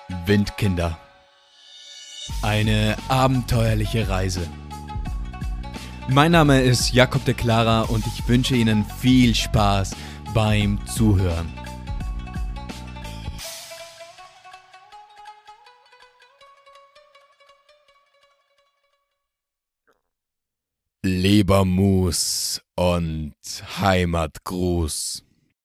Windkinder. Eine abenteuerliche Reise. Mein Name ist Jakob de Clara und ich wünsche Ihnen viel Spaß beim Zuhören. Lebermus und Heimatgruß.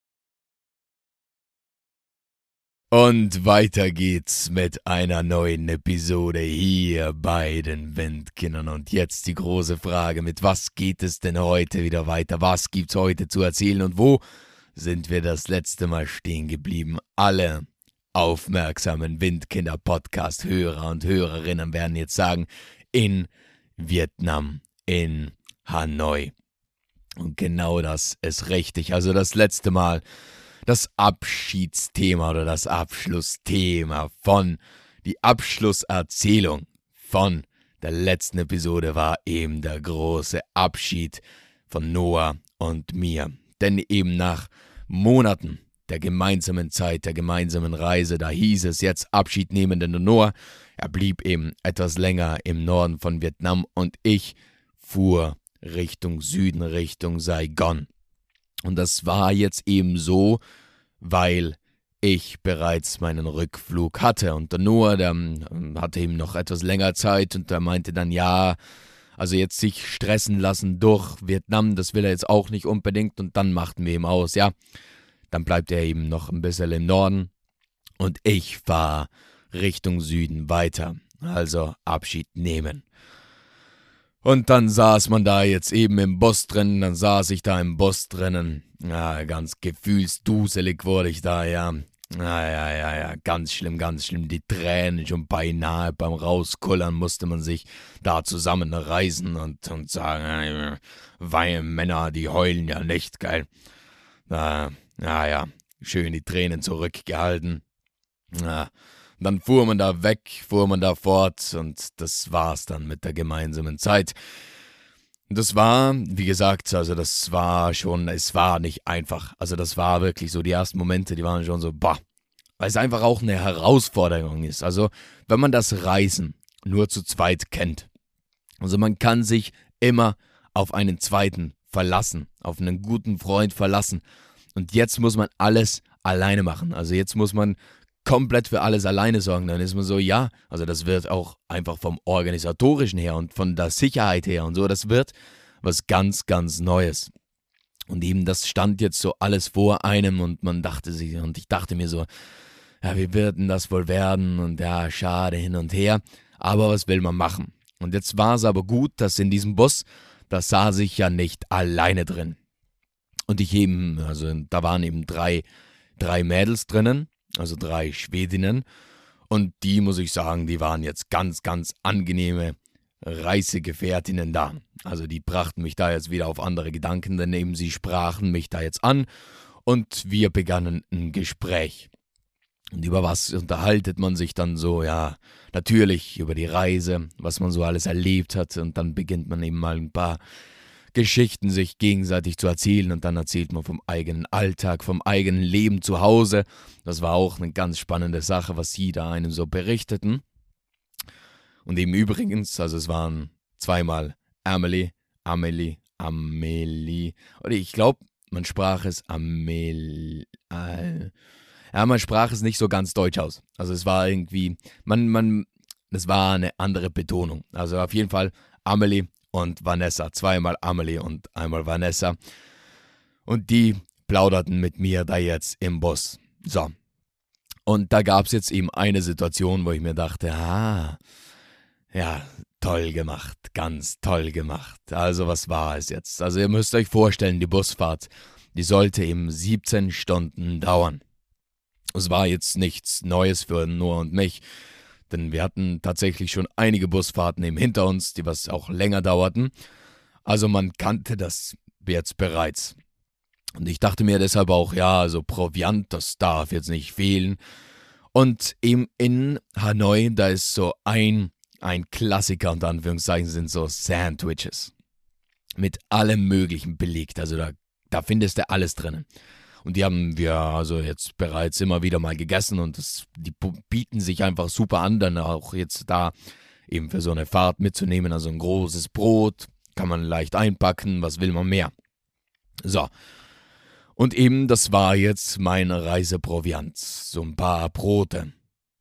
Und weiter geht's mit einer neuen Episode hier bei den Windkindern. Und jetzt die große Frage, mit was geht es denn heute wieder weiter? Was gibt's heute zu erzählen und wo sind wir das letzte Mal stehen geblieben? Alle aufmerksamen Windkinder-Podcast-Hörer und Hörerinnen werden jetzt sagen, in Vietnam, in Hanoi. Und genau das ist richtig. Also das letzte Mal das Abschiedsthema oder das Abschlussthema von die Abschlusserzählung von der letzten Episode war eben der große Abschied von Noah und mir. Denn eben nach Monaten der gemeinsamen Zeit, der gemeinsamen Reise, da hieß es jetzt Abschied nehmen, denn Noah, er blieb eben etwas länger im Norden von Vietnam und ich fuhr Richtung Süden, Richtung Saigon. Und das war jetzt eben so, weil ich bereits meinen Rückflug hatte. Und der Noah, der hatte eben noch etwas länger Zeit und der meinte dann, ja, also jetzt sich stressen lassen durch Vietnam, das will er jetzt auch nicht unbedingt. Und dann machten wir ihm aus, ja, dann bleibt er eben noch ein bisschen im Norden. Und ich fahre Richtung Süden weiter, also Abschied nehmen. Und dann saß man da jetzt eben im Bus drin, dann saß ich da im Bus drinnen. Ja, ganz gefühlsduselig wurde ich da, ja. Ja, ganz schlimm, die Tränen schon beinahe beim Rauskullern musste man sich da zusammenreißen und sagen, weil Männer, die heulen ja nicht, geil. Ja, schön die Tränen zurückgehalten. Ja. Dann fuhr man da weg, fuhr man da fort und das war's dann mit der gemeinsamen Zeit. Das war, wie gesagt, also das war schon, es war nicht einfach. Also das war wirklich so, die ersten Momente, die waren schon so, boah, weil es einfach auch eine Herausforderung ist. Also wenn man das Reisen nur zu zweit kennt, also man kann sich immer auf einen zweiten verlassen, auf einen guten Freund verlassen. Und jetzt muss man alles alleine machen. Also jetzt muss man komplett für alles alleine sorgen, dann ist man so, ja, also das wird auch einfach vom Organisatorischen her und von der Sicherheit her und so, das wird was ganz, ganz Neues. Und eben das stand jetzt so alles vor einem und man dachte sich, und ich dachte mir so, ja, wie wird denn das wohl werden und ja, schade hin und her, aber was will man machen? Und jetzt war es aber gut, dass in diesem Bus, da saß ich ja nicht alleine drin. Und ich eben, also da waren eben drei Mädels drinnen, also 3 Schwedinnen. Und die, muss ich sagen, die waren jetzt ganz, ganz angenehme Reisegefährtinnen da. Also die brachten mich da jetzt wieder auf andere Gedanken, denn eben sie sprachen mich da jetzt an und wir begannen ein Gespräch. Und über was unterhaltet man sich dann so? Ja, natürlich über die Reise, was man so alles erlebt hat. Und dann beginnt man eben mal ein paar Geschichten sich gegenseitig zu erzählen und dann erzählt man vom eigenen Alltag, vom eigenen Leben zu Hause. Das war auch eine ganz spannende Sache, was sie da einem so berichteten. Und eben übrigens, also es waren zweimal Amelie, oder ich glaube, man sprach es Amelie, ja, man sprach es nicht so ganz deutsch aus. Also es war irgendwie, das war eine andere Betonung. Also auf jeden Fall Amelie und Vanessa, zweimal Amelie und einmal Vanessa. Und die plauderten mit mir da jetzt im Bus. So. Und da gab es jetzt eben eine Situation, wo ich mir dachte, ja, toll gemacht, ganz toll gemacht. Also was war es jetzt? Also ihr müsst euch vorstellen, die Busfahrt, die sollte eben 17 Stunden dauern. Es war jetzt nichts Neues für Noah und mich. Denn wir hatten tatsächlich schon einige Busfahrten eben hinter uns, die was auch länger dauerten. Also man kannte das jetzt bereits. Und ich dachte mir deshalb auch, ja, also Proviant, das darf jetzt nicht fehlen. Und eben in Hanoi, da ist so ein Klassiker, unter Anführungszeichen, sind so Sandwiches. Mit allem Möglichen belegt. Also da findest du alles drin. Und die haben wir also jetzt bereits immer wieder mal gegessen und die bieten sich einfach super an, dann auch jetzt da eben für so eine Fahrt mitzunehmen. Also ein großes Brot, kann man leicht einpacken, was will man mehr? So, und eben das war jetzt mein Reiseproviant, so ein paar Brote.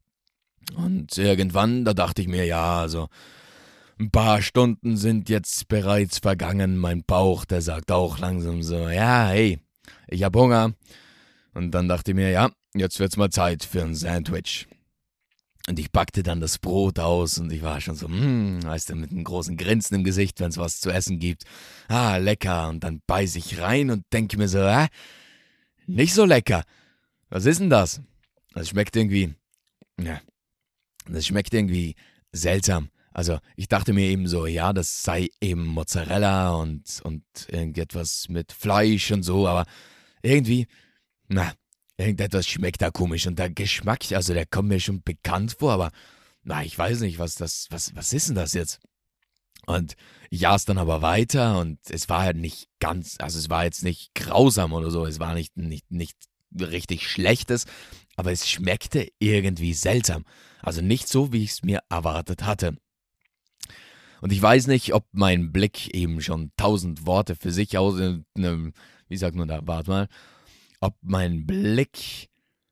Und irgendwann, da dachte ich mir, ja, also ein paar Stunden sind jetzt bereits vergangen. Mein Bauch, der sagt auch langsam so, ja, hey, ich hab Hunger. Und dann dachte ich mir, ja, jetzt wird's mal Zeit für ein Sandwich. Und ich packte dann das Brot aus und ich war schon so, weißt du, mit einem großen Grinsen im Gesicht, wenn es was zu essen gibt. Ah, lecker. Und dann beiß ich rein und denke mir so, nicht so lecker. Was ist denn das? Das schmeckt irgendwie, ja, das schmeckt irgendwie seltsam. Also ich dachte mir eben so, ja, das sei eben Mozzarella und irgendetwas mit Fleisch und so, aber irgendwie, irgendetwas schmeckt da komisch und der Geschmack, also der kommt mir schon bekannt vor, aber ich weiß nicht, was ist denn das jetzt? Und ich aß dann aber weiter und es war halt nicht ganz, also es war jetzt nicht grausam oder so, es war nicht richtig Schlechtes, aber es schmeckte irgendwie seltsam. Also nicht so, wie ich es mir erwartet hatte. Und ich weiß nicht, ob mein Blick eben schon 1000 Worte für sich aus, wie sagt man da, warte mal, ob mein Blick,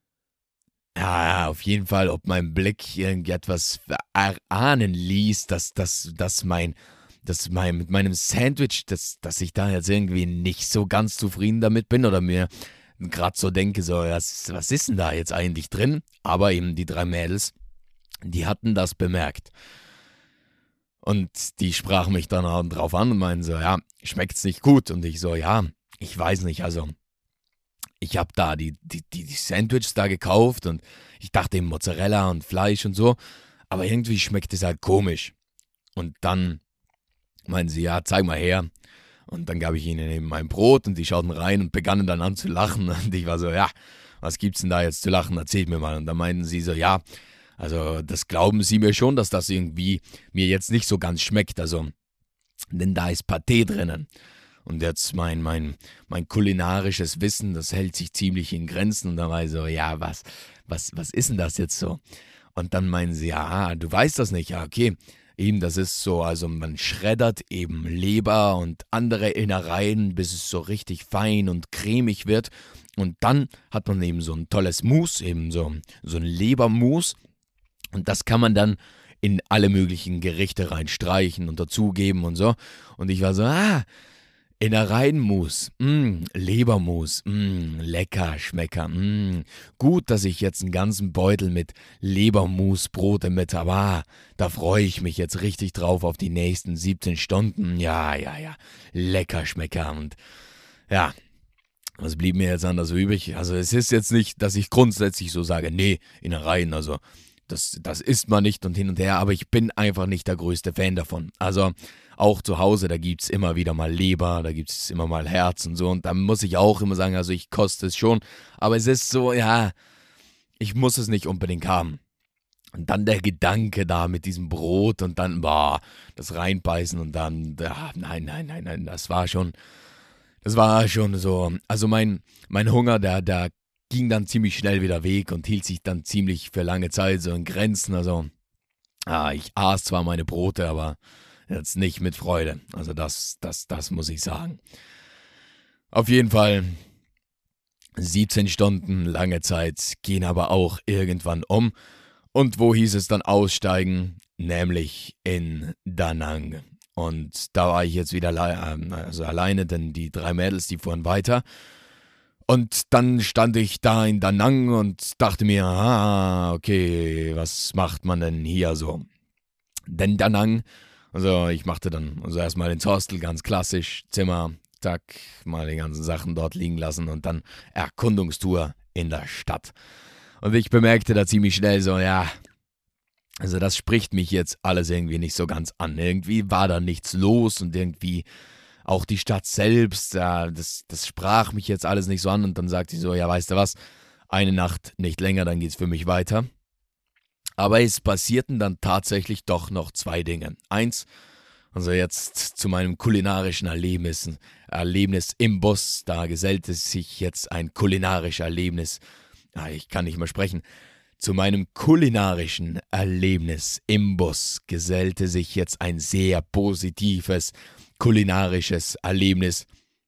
ja, auf jeden Fall, ob mein Blick irgendetwas erahnen ließ, dass mit meinem Sandwich, dass ich da jetzt irgendwie nicht so ganz zufrieden damit bin oder mir gerade so denke, so, was ist denn da jetzt eigentlich drin? Aber eben die 3 Mädels, die hatten das bemerkt. Und die sprachen mich dann auch drauf an und meinen so, ja, schmeckt's nicht gut? Und ich so, ja, ich weiß nicht, also ich habe da die Sandwiches da gekauft und ich dachte eben Mozzarella und Fleisch und so, aber irgendwie schmeckt es halt komisch. Und dann meinen sie, ja, zeig mal her. Und dann gab ich ihnen eben mein Brot und die schauten rein und begannen dann an zu lachen. Und ich war so, ja, was gibt's denn da jetzt zu lachen? Erzählt mir mal. Und dann meinten sie so, ja, also das glauben sie mir schon, dass das irgendwie mir jetzt nicht so ganz schmeckt. Also, denn da ist Pâté drinnen. Und jetzt mein kulinarisches Wissen, das hält sich ziemlich in Grenzen. Und da war ich so, ja, was ist denn das jetzt so? Und dann meinen sie, ja, du weißt das nicht. Ja, okay. Eben, das ist so, also man schreddert eben Leber und andere Innereien, bis es so richtig fein und cremig wird. Und dann hat man eben so ein tolles Mousse, eben so ein Lebermousse. Und das kann man dann in alle möglichen Gerichte reinstreichen und dazugeben und so. Und ich war so, Innereienmus, Lebermus, lecker, Schmecker, gut, dass ich jetzt einen ganzen Beutel mit Lebermusbrote mit habe. Da freue ich mich jetzt richtig drauf auf die nächsten 17 Stunden. Ja, lecker, Schmecker. Und ja, was blieb mir jetzt anders übrig? Also es ist jetzt nicht, dass ich grundsätzlich so sage, nee, Innereien, also das isst man nicht und hin und her, aber ich bin einfach nicht der größte Fan davon. Also auch zu Hause, da gibt es immer wieder mal Leber, da gibt es immer mal Herz und so. Und da muss ich auch immer sagen, also ich koste es schon. Aber es ist so, ja, ich muss es nicht unbedingt haben. Und dann der Gedanke da mit diesem Brot und dann, das reinbeißen und dann, nein, das war schon so. Also mein Hunger, der ging dann ziemlich schnell wieder weg und hielt sich dann ziemlich für lange Zeit so in Grenzen. Also, ich aß zwar meine Brote, aber jetzt nicht mit Freude. Also das muss ich sagen. Auf jeden Fall 17 Stunden, lange Zeit, gehen aber auch irgendwann um. Und wo hieß es dann aussteigen? Nämlich in Da Nang. Und da war ich jetzt wieder alleine, denn die 3 Mädels, die fuhren weiter. Und dann stand ich da in Da Nang und dachte mir, okay, was macht man denn hier so? Denn Da Nang, also ich machte dann erstmal ins Hostel, ganz klassisch, Zimmer, zack, mal die ganzen Sachen dort liegen lassen und dann Erkundungstour in der Stadt. Und ich bemerkte da ziemlich schnell so, ja, also das spricht mich jetzt alles irgendwie nicht so ganz an. Irgendwie war da nichts los und irgendwie auch die Stadt selbst, das sprach mich jetzt alles nicht so an. Und dann sagte sie so, ja, weißt du was, eine Nacht, nicht länger, dann geht's für mich weiter. Aber es passierten dann tatsächlich doch noch 2 Dinge. Eins, Also jetzt zu meinem kulinarischen Erlebnis im Bus. Da gesellte sich jetzt ein kulinarisches Erlebnis. Ich kann nicht mehr sprechen. Zu meinem kulinarischen Erlebnis im Bus gesellte sich jetzt ein sehr positives kulinarisches Erlebnis.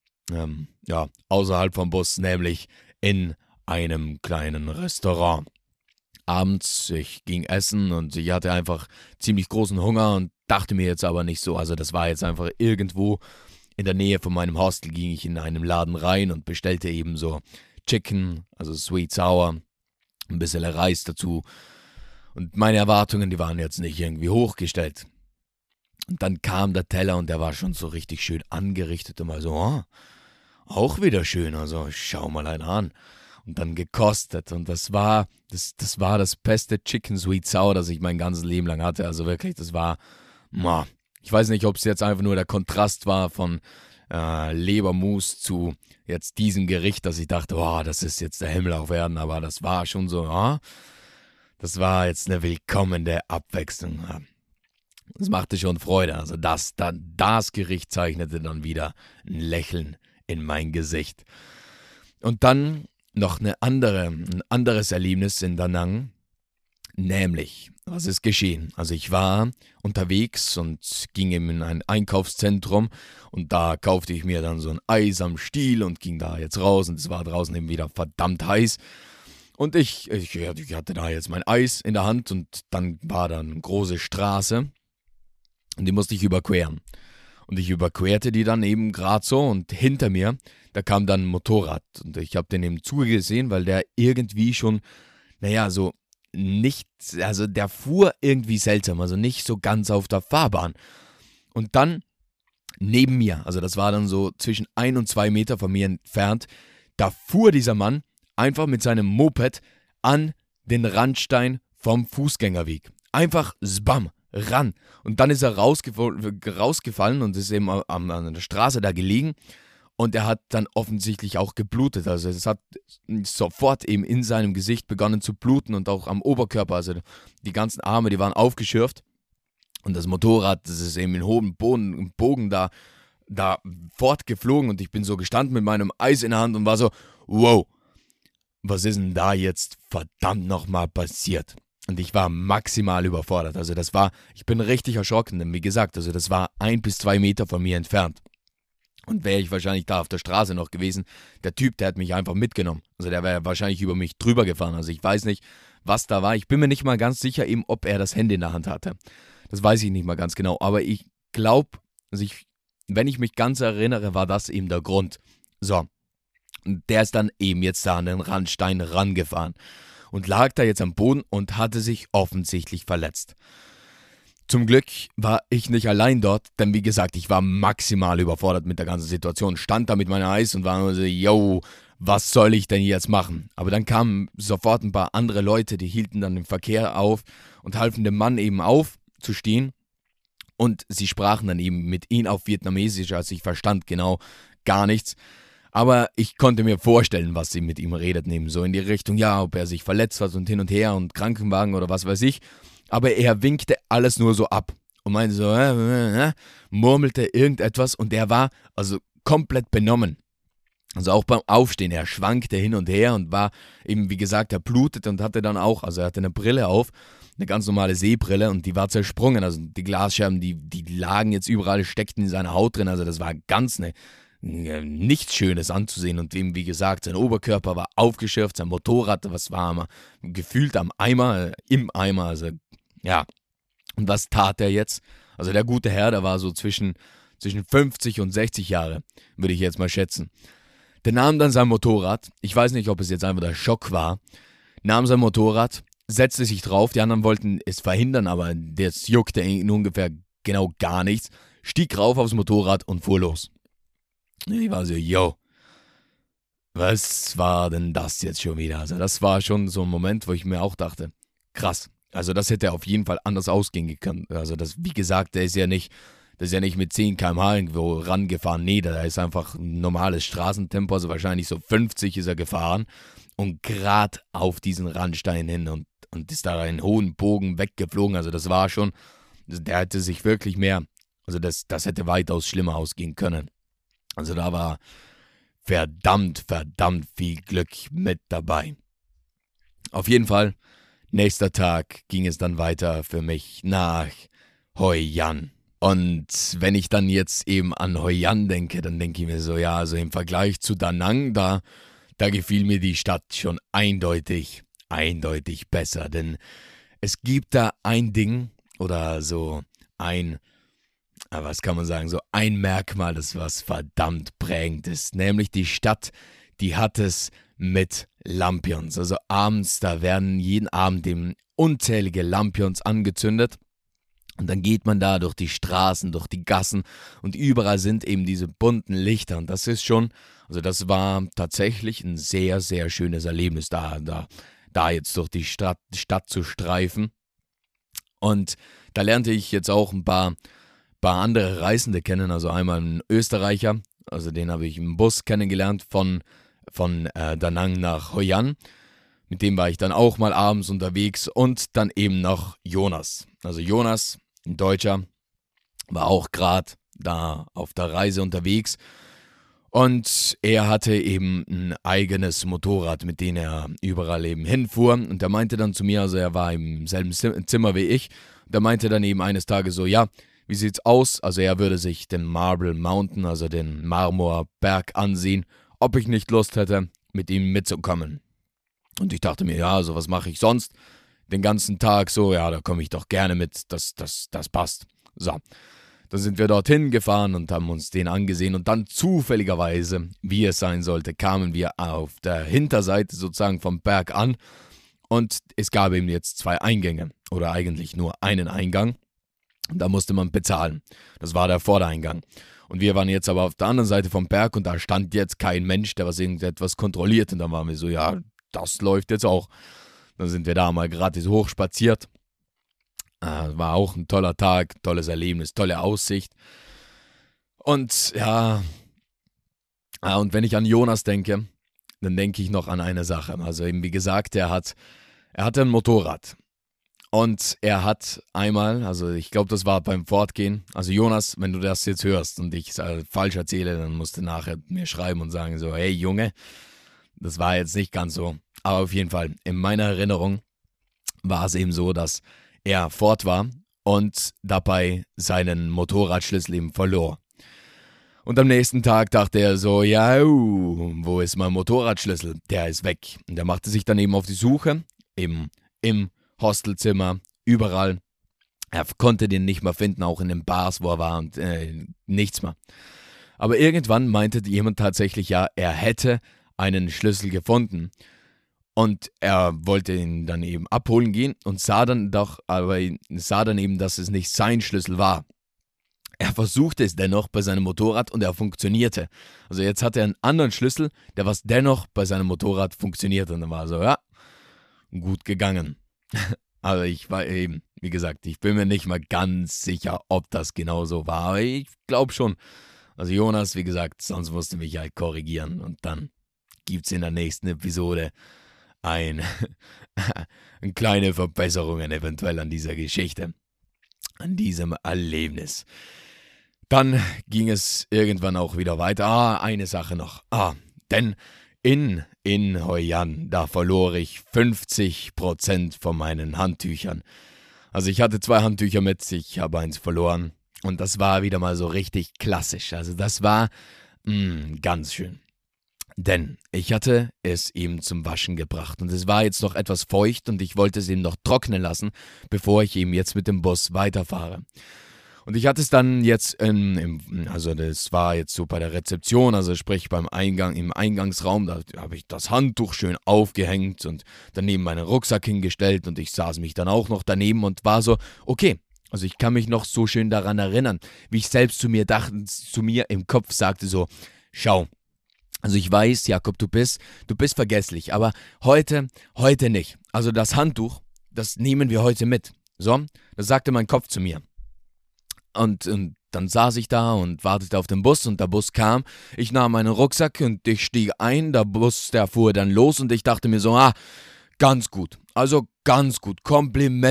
Außerhalb vom Bus, nämlich in einem kleinen Restaurant. Abends, ich ging essen und ich hatte einfach ziemlich großen Hunger und dachte mir jetzt aber nicht so, also das war jetzt einfach irgendwo in der Nähe von meinem Hostel, ging ich in einem Laden rein und bestellte eben so Chicken, also Sweet Sour, ein bisschen Reis dazu und meine Erwartungen, die waren jetzt nicht irgendwie hochgestellt. Und dann kam der Teller und der war schon so richtig schön angerichtet und mal so, auch wieder schön, also schau mal einen an. Und dann gekostet und das war das beste Chicken Sweet Sour, das ich mein ganzes Leben lang hatte. Also wirklich, das war, ich weiß nicht, ob es jetzt einfach nur der Kontrast war von Lebermus zu jetzt diesem Gericht, dass ich dachte, das ist jetzt der Himmel auf Erden, aber das war schon so, das war jetzt eine willkommene Abwechslung. Ja. Das machte schon Freude, also das Gericht zeichnete dann wieder ein Lächeln in mein Gesicht. Und dann noch ein anderes Erlebnis in Da Nang, nämlich, was ist geschehen? Also ich war unterwegs und ging eben in ein Einkaufszentrum und da kaufte ich mir dann so ein Eis am Stiel und ging da jetzt raus und es war draußen eben wieder verdammt heiß. Und ich hatte da jetzt mein Eis in der Hand und dann war da eine große Straße und die musste ich überqueren. Und ich überquerte die dann eben gerade so und hinter mir, da kam dann ein Motorrad. Und ich habe den eben zugesehen, weil der irgendwie schon, so nicht, also der fuhr irgendwie seltsam, also nicht so ganz auf der Fahrbahn. Und dann neben mir, also das war dann so zwischen 1 und 2 Meter von mir entfernt, da fuhr dieser Mann einfach mit seinem Moped an den Randstein vom Fußgängerweg. Einfach sbam. Ran. Und dann ist er rausgefallen und ist eben an der Straße da gelegen und er hat dann offensichtlich auch geblutet. Also es hat sofort eben in seinem Gesicht begonnen zu bluten und auch am Oberkörper. Also die ganzen Arme, die waren aufgeschürft und das Motorrad, das ist eben in hohem Bogen da fortgeflogen und ich bin so gestanden mit meinem Eis in der Hand und war so, wow, was ist denn da jetzt verdammt nochmal passiert? Und ich war maximal überfordert. Also ich bin richtig erschrocken, denn wie gesagt, also das war 1 bis 2 Meter von mir entfernt. Und wäre ich wahrscheinlich da auf der Straße noch gewesen, der Typ, der hat mich einfach mitgenommen. Also der wäre wahrscheinlich über mich drüber gefahren. Also ich weiß nicht, was da war. Ich bin mir nicht mal ganz sicher eben, ob er das Handy in der Hand hatte. Das weiß ich nicht mal ganz genau. Aber ich glaube, wenn ich mich ganz erinnere, war das eben der Grund. So, und der ist dann eben jetzt da an den Randstein rangefahren. Und lag da jetzt am Boden und hatte sich offensichtlich verletzt. Zum Glück war ich nicht allein dort, denn wie gesagt, ich war maximal überfordert mit der ganzen Situation. Stand da mit meinem Eis und war nur so, yo, was soll ich denn jetzt machen? Aber dann kamen sofort ein paar andere Leute, die hielten dann den Verkehr auf und halfen dem Mann eben aufzustehen. Und sie sprachen dann eben mit ihm auf Vietnamesisch, also ich verstand genau gar nichts. Aber ich konnte mir vorstellen, was sie mit ihm redeten, eben so in die Richtung, ja, ob er sich verletzt hat und hin und her und Krankenwagen oder was weiß ich. Aber er winkte alles nur so ab und meinte so, murmelte irgendetwas und er war also komplett benommen. Also auch beim Aufstehen, er schwankte hin und her und war eben, wie gesagt, er blutete und hatte dann auch, also er hatte eine Brille auf, eine ganz normale Sehbrille und die war zersprungen. Also die Glasscherben, die lagen jetzt überall, steckten in seiner Haut drin, also das war ganz nichts Schönes anzusehen und dem, wie gesagt, sein Oberkörper war aufgeschürft, sein Motorrad, was war gefühlt im Eimer, also ja. Und was tat er jetzt? Also der gute Herr, der war so zwischen 50 und 60 Jahre, würde ich jetzt mal schätzen. Der nahm dann sein Motorrad, ich weiß nicht, ob es jetzt einfach der Schock war, nahm sein Motorrad, setzte sich drauf, die anderen wollten es verhindern, aber das juckte ihn ungefähr genau gar nichts, stieg rauf aufs Motorrad und fuhr los. Ich war so, yo, was war denn das jetzt schon wieder? Also das war schon so ein Moment, wo ich mir auch dachte, krass, also das hätte auf jeden Fall anders ausgehen können. Also das, wie gesagt, der ist ja nicht mit 10 km/h irgendwo rangefahren, nee, da ist einfach ein normales Straßentempo, also wahrscheinlich so 50 ist er gefahren und gerade auf diesen Randstein hin und ist da in hohen Bogen weggeflogen, also das war schon, der hätte sich wirklich mehr Also das hätte weitaus schlimmer ausgehen können. Also da war verdammt viel Glück mit dabei. Auf jeden Fall, nächster Tag ging es dann weiter für mich nach Hoi An. Und wenn ich dann jetzt eben an Hoi An denke, dann denke ich mir so, ja, also im Vergleich zu Da Nang, da gefiel mir die Stadt schon eindeutig besser. Denn es gibt da ein Ding oder so was kann man sagen, so ein Merkmal, das was verdammt prägend ist. Nämlich die Stadt, die hat es mit Lampions. Also abends, da werden jeden Abend eben unzählige Lampions angezündet. Und dann geht man da durch die Straßen, durch die Gassen und überall sind eben diese bunten Lichter. Und das ist schon, also das war tatsächlich ein sehr, sehr schönes Erlebnis, da jetzt durch die Stadt zu streifen. Und da lernte ich jetzt auch ein paar andere Reisende kennen. Also einmal einen Österreicher, also den habe ich im Bus kennengelernt von Da Nang nach Hoi An. Mit dem war ich dann auch mal abends unterwegs und dann eben noch Jonas. Also Jonas, ein Deutscher, war auch gerade da auf der Reise unterwegs und er hatte eben ein eigenes Motorrad, mit dem er überall eben hinfuhr und er meinte dann zu mir, also er war im selben Zimmer wie ich, und er meinte dann eben eines Tages so, ja, wie sieht's aus? Also er würde sich den Marble Mountain, also den Marmorberg ansehen, ob ich nicht Lust hätte, mit ihm mitzukommen. Und ich dachte mir, ja, also was mache ich sonst? Den ganzen Tag so, ja, da komme ich doch gerne mit, das passt. So, dann sind wir dorthin gefahren und haben uns den angesehen und dann zufälligerweise, wie es sein sollte, kamen wir auf der Hinterseite sozusagen vom Berg an und es gab eben jetzt 2 Eingänge oder eigentlich nur einen Eingang. Und da musste man bezahlen. Das war der Vordereingang. Und wir waren jetzt aber auf der anderen Seite vom Berg und da stand jetzt kein Mensch, der was irgendetwas kontrolliert. Und dann waren wir so, ja, das läuft jetzt auch. Dann sind wir da mal gratis hochspaziert. War auch ein toller Tag, tolles Erlebnis, tolle Aussicht. Und ja, und wenn ich an Jonas denke, dann denke ich noch an eine Sache. Also eben wie gesagt, er hatte ein Motorrad. Und er hat einmal, also ich glaube, das war beim Fortgehen, also Jonas, wenn du das jetzt hörst und ich falsch erzähle, dann musst du nachher mir schreiben und sagen so, hey Junge, das war jetzt nicht ganz so. Aber auf jeden Fall, in meiner Erinnerung war es eben so, dass er fort war und dabei seinen Motorradschlüssel eben verlor. Und am nächsten Tag dachte er so, ja, wo ist mein Motorradschlüssel? Der ist weg. Und er machte sich dann eben auf die Suche, eben im Hostelzimmer, überall. Er konnte den nicht mehr finden, auch in den Bars, wo er war und nichts mehr. Aber irgendwann meinte jemand tatsächlich, ja, er hätte einen Schlüssel gefunden. Und er wollte ihn dann eben abholen gehen und sah dann eben, dass es nicht sein Schlüssel war. Er versuchte es dennoch bei seinem Motorrad und er funktionierte. Also jetzt hatte er einen anderen Schlüssel, der was dennoch bei seinem Motorrad funktionierte. Und dann war er so, ja, gut gegangen. Aber ich war eben, wie gesagt, ich bin mir nicht mal ganz sicher, ob das genau so war. Aber ich glaube schon. Also Jonas, wie gesagt, sonst musste mich halt korrigieren. Und dann gibt es in der nächsten Episode eine kleine Verbesserungen eventuell an dieser Geschichte, an diesem Erlebnis. Dann ging es irgendwann auch wieder weiter. Eine Sache noch. Denn in Hoi An, da verlor ich 50% von meinen Handtüchern. Also ich hatte 2 Handtücher mit, ich habe eins verloren. Und das war wieder mal so richtig klassisch. Also das war ganz schön. Denn ich hatte es ihm zum Waschen gebracht und es war jetzt noch etwas feucht und ich wollte es ihm noch trocknen lassen, bevor ich ihm jetzt mit dem Bus weiterfahre. Und ich hatte es dann jetzt, also das war jetzt so bei der Rezeption, also sprich im Eingangsraum, da habe ich das Handtuch schön aufgehängt und daneben meinen Rucksack hingestellt und ich saß mich dann auch noch daneben und war so, okay, also ich kann mich noch so schön daran erinnern, wie ich selbst zu mir im Kopf sagte so, schau, also ich weiß, Jakob, du bist vergesslich, aber heute nicht. Also das Handtuch, das nehmen wir heute mit. So, das sagte mein Kopf zu mir. Und dann saß ich da und wartete auf den Bus und der Bus kam. Ich nahm meinen Rucksack und ich stieg ein. Der Bus, der fuhr dann los und ich dachte mir so, ganz gut. Also ganz gut. Komplimente.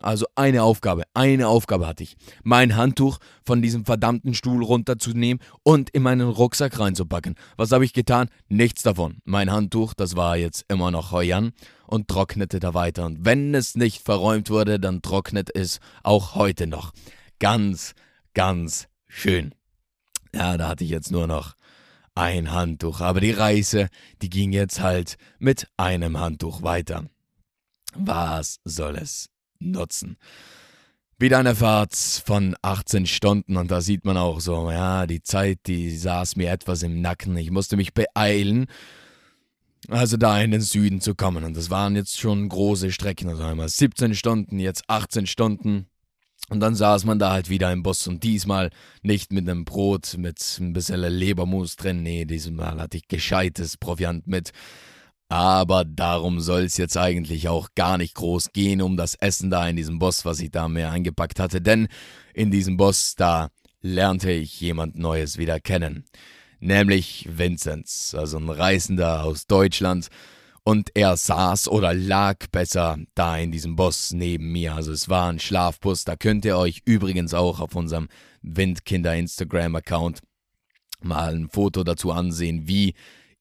Also eine Aufgabe hatte ich. Mein Handtuch von diesem verdammten Stuhl runterzunehmen und in meinen Rucksack reinzupacken. Was habe ich getan? Nichts davon. Mein Handtuch, das war jetzt immer noch Heuan und trocknete da weiter. Und wenn es nicht verräumt wurde, dann trocknet es auch heute noch. Ganz, ganz schön. Ja, da hatte ich jetzt nur noch ein Handtuch. Aber die Reise, die ging jetzt halt mit einem Handtuch weiter. Was soll es nutzen? Wieder eine Fahrt von 18 Stunden und da sieht man auch so, ja, die Zeit, die saß mir etwas im Nacken. Ich musste mich beeilen, also da in den Süden zu kommen. Und das waren jetzt schon große Strecken, also einmal 17 Stunden, jetzt 18 Stunden. Und dann saß man da halt wieder im Bus und diesmal nicht mit einem Brot mit ein bisschen Lebermus drin. Nee, diesmal hatte ich gescheites Proviant mit. Aber darum soll es jetzt eigentlich auch gar nicht groß gehen, um das Essen da in diesem Bus, was ich da mehr eingepackt hatte. Denn in diesem Bus, da lernte ich jemand Neues wieder kennen. Nämlich Vinzenz, also ein Reisender aus Deutschland. Und er saß oder lag besser da in diesem Bus neben mir. Also es war ein Schlafbus. Da könnt ihr euch übrigens auch auf unserem Windkinder Instagram-Account mal ein Foto dazu ansehen, wie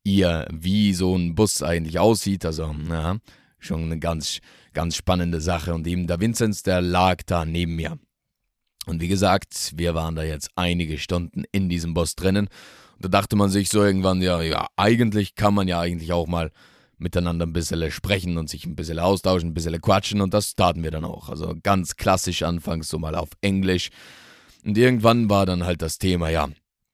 so ein Bus eigentlich aussieht. Also, ja, schon eine ganz, ganz spannende Sache. Und eben der Vinzenz, der lag da neben mir. Und wie gesagt, wir waren da jetzt einige Stunden in diesem Bus drinnen. Und da dachte man sich so irgendwann, ja, eigentlich kann man ja eigentlich auch mal miteinander ein bisschen sprechen und sich ein bisschen austauschen, ein bisschen quatschen. Und das taten wir dann auch. Also ganz klassisch anfangs so mal auf Englisch. Und irgendwann war dann halt das Thema, ja,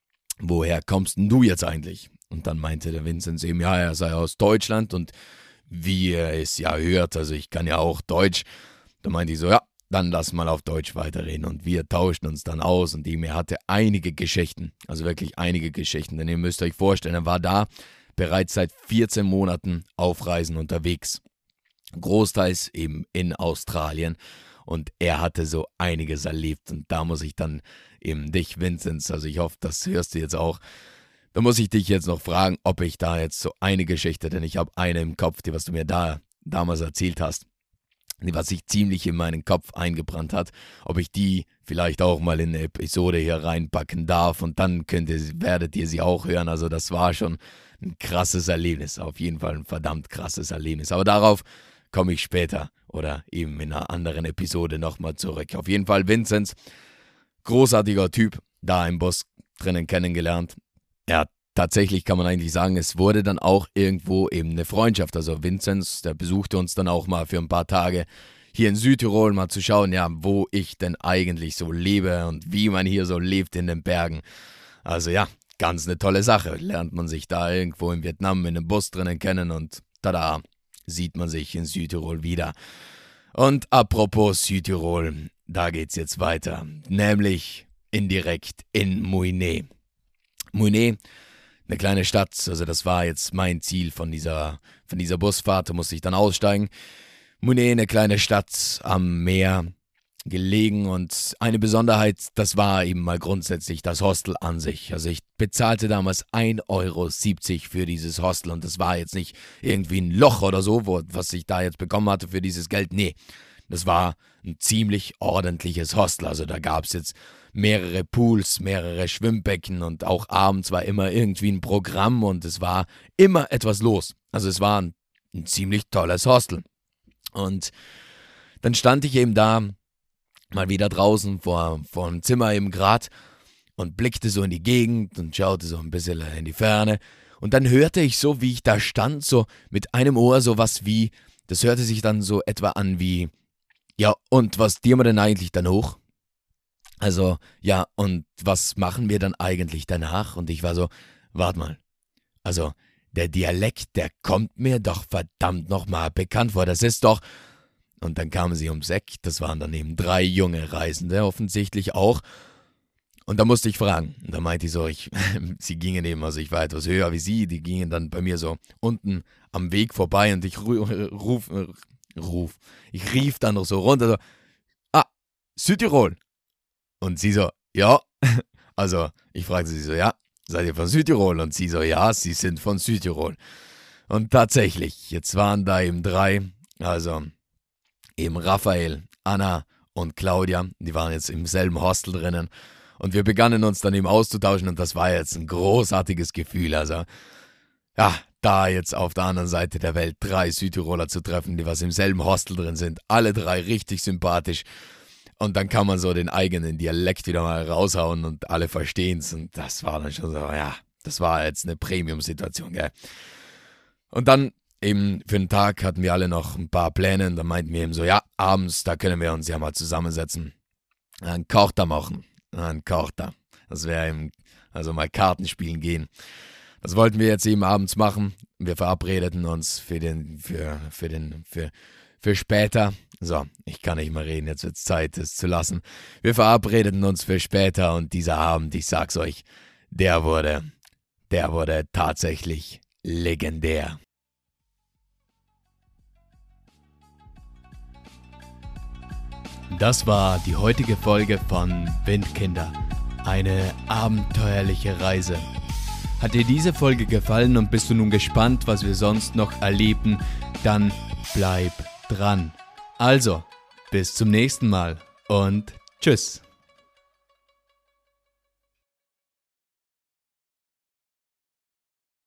woher kommst denn du jetzt eigentlich? Und dann meinte der Vinzenz eben, ja, er sei aus Deutschland und wie er es ja hört, also ich kann ja auch Deutsch. Da meinte ich so, ja, dann lass mal auf Deutsch weiterreden. Und wir tauschten uns dann aus und ihm, er hatte einige Geschichten, also wirklich einige Geschichten. Denn ihr müsst euch vorstellen, er war da bereits seit 14 Monaten auf Reisen unterwegs. Großteils eben in Australien. Und er hatte so einiges erlebt. Und da muss ich dann eben dich, Vinzenz, also ich hoffe, das hörst du jetzt auch, da muss ich dich jetzt noch fragen, ob ich da jetzt so eine Geschichte, denn ich habe eine im Kopf, die was du mir da damals erzählt hast, die was sich ziemlich in meinen Kopf eingebrannt hat, ob ich die vielleicht auch mal in eine Episode hier reinpacken darf und dann werdet ihr sie auch hören. Also das war schon ein krasses Erlebnis, auf jeden Fall ein verdammt krasses Erlebnis. Aber darauf komme ich später oder eben in einer anderen Episode nochmal zurück. Auf jeden Fall Vinzenz, großartiger Typ, da im Bus drinnen kennengelernt. Ja, tatsächlich kann man eigentlich sagen, es wurde dann auch irgendwo eben eine Freundschaft. Also Vinzenz, der besuchte uns dann auch mal für ein paar Tage hier in Südtirol, mal zu schauen, ja, wo ich denn eigentlich so lebe und wie man hier so lebt in den Bergen. Also ja, ganz eine tolle Sache. Lernt man sich da irgendwo in Vietnam in einem Bus drinnen kennen und tada, sieht man sich in Südtirol wieder. Und apropos Südtirol, da geht's jetzt weiter, nämlich indirekt in Muine. Muine, eine kleine Stadt, also das war jetzt mein Ziel von dieser Busfahrt, da musste ich dann aussteigen. Muine, eine kleine Stadt am Meer gelegen und eine Besonderheit, das war eben mal grundsätzlich das Hostel an sich. Also ich bezahlte damals 1,70 € für dieses Hostel und das war jetzt nicht irgendwie ein Loch oder so, was ich da jetzt bekommen hatte für dieses Geld. Nee, das war ein ziemlich ordentliches Hostel, also da gab es jetzt mehrere Pools, mehrere Schwimmbecken und auch abends war immer irgendwie ein Programm und es war immer etwas los. Also es war ein ziemlich tolles Hostel. Und dann stand ich eben da, mal wieder draußen vor dem Zimmer eben grad und blickte so in die Gegend und schaute so ein bisschen in die Ferne. Und dann hörte ich so, wie ich da stand, so mit einem Ohr sowas wie, das hörte sich dann so etwa an wie, ja, und was dir wir denn eigentlich dann hoch? Also, ja, und was machen wir dann eigentlich danach? Und ich war so, warte mal, also der Dialekt, der kommt mir doch verdammt nochmal bekannt vor, das ist doch... Und dann kamen sie ums Eck, das waren dann eben 3 junge Reisende, offensichtlich auch. Und da musste ich fragen, und da meinte ich so, sie gingen eben, also ich war etwas höher wie sie, die gingen dann bei mir so unten am Weg vorbei und ich rief dann noch so runter, so, Südtirol. Und sie so, ja, also ich fragte sie so, ja, seid ihr von Südtirol? Und sie so, ja, sie sind von Südtirol. Und tatsächlich, jetzt waren da eben 3, also eben Raphael, Anna und Claudia, die waren jetzt im selben Hostel drinnen. Und wir begannen uns dann eben auszutauschen und das war jetzt ein großartiges Gefühl. Also, ja, da jetzt auf der anderen Seite der Welt 3 Südtiroler zu treffen, die was im selben Hostel drin sind. Alle 3 richtig sympathisch. Und dann kann man so den eigenen Dialekt wieder mal raushauen und alle verstehen's. Und das war dann schon so, ja, das war jetzt eine Premium-Situation, gell. Und dann eben für den Tag hatten wir alle noch ein paar Pläne. Und dann meinten wir eben so, ja, abends, da können wir uns ja mal zusammensetzen. Einen Korta machen. Ein Korta. Das wäre eben, also mal Karten spielen gehen. Das wollten wir jetzt eben abends machen. Wir verabredeten uns für später. So, ich kann nicht mehr reden, jetzt wird es Zeit, es zu lassen. Wir verabredeten uns für später und dieser Abend, ich sag's euch, der wurde tatsächlich legendär. Das war die heutige Folge von Windkinder. Eine abenteuerliche Reise. Hat dir diese Folge gefallen und bist du nun gespannt, was wir sonst noch erleben, dann bleib dran. Also, bis zum nächsten Mal und tschüss.